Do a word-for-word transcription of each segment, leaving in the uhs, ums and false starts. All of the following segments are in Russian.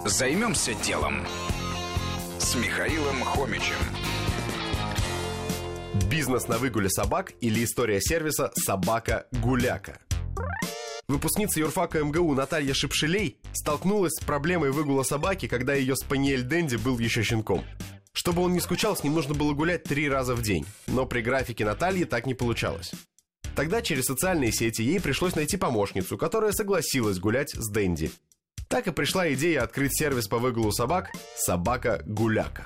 Займемся делом с Михаилом Хомичем. Бизнес на выгуле собак или история сервиса «Собака-гуляка». Выпускница юрфака эм гэ у Наталья Шипшелей столкнулась с проблемой выгула собаки, когда ее спаниель Дэнди был еще щенком. Чтобы он не скучал, с ним нужно было гулять три раза в день. Но при графике Натальи так не получалось. Тогда через социальные сети ей пришлось найти помощницу, которая согласилась гулять с Дэнди. Так и пришла идея открыть сервис по выгулу собак «Собака-гуляка».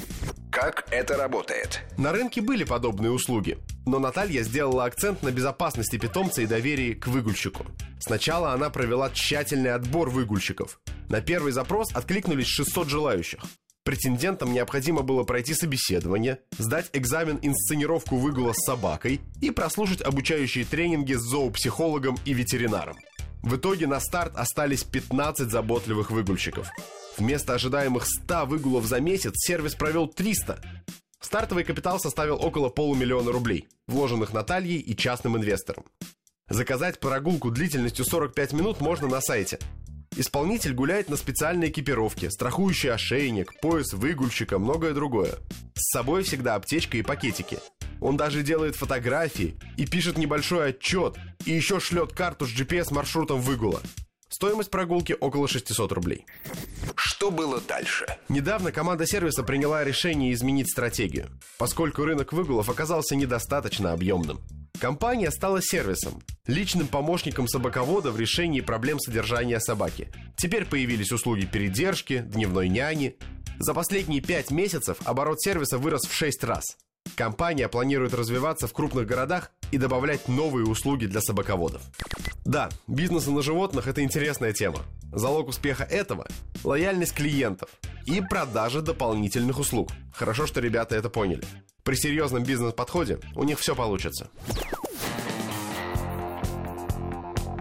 Как это работает? На рынке были подобные услуги, но Наталья сделала акцент на безопасности питомца и доверии к выгульщику. Сначала она провела тщательный отбор выгульщиков. На первый запрос откликнулись шестьсот желающих. Претендентам необходимо было пройти собеседование, сдать экзамен-инсценировку выгула с собакой и прослушать обучающие тренинги с зоопсихологом и ветеринаром. В итоге на старт остались пятнадцать заботливых выгульщиков. Вместо ожидаемых ста выгулов за месяц сервис провел триста. Стартовый капитал составил около полумиллиона рублей, вложенных Натальей и частным инвесторам. Заказать прогулку длительностью сорок пять минут можно на сайте. Исполнитель гуляет на специальной экипировке, страхующий ошейник, пояс выгульщика, многое другое. С собой всегда аптечка и пакетики. Он даже делает фотографии и пишет небольшой отчет, и еще шлет карту с джи пи эс маршрутом выгула. Стоимость прогулки около шестьсот рублей. Что было дальше? Недавно команда сервиса приняла решение изменить стратегию, поскольку рынок выгулов оказался недостаточно объемным. Компания стала сервисом, личным помощником собаковода в решении проблем содержания собаки. Теперь появились услуги передержки, дневной няни. За последние пять месяцев оборот сервиса вырос в шесть раз. Компания планирует развиваться в крупных городах и добавлять новые услуги для собаководов. Да, бизнес на животных – это интересная тема. Залог успеха этого – лояльность клиентов и продажа дополнительных услуг. Хорошо, что ребята это поняли. При серьезном бизнес-подходе у них все получится.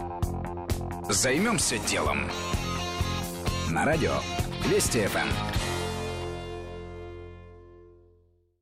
Займемся делом. На радио Вести эф эм.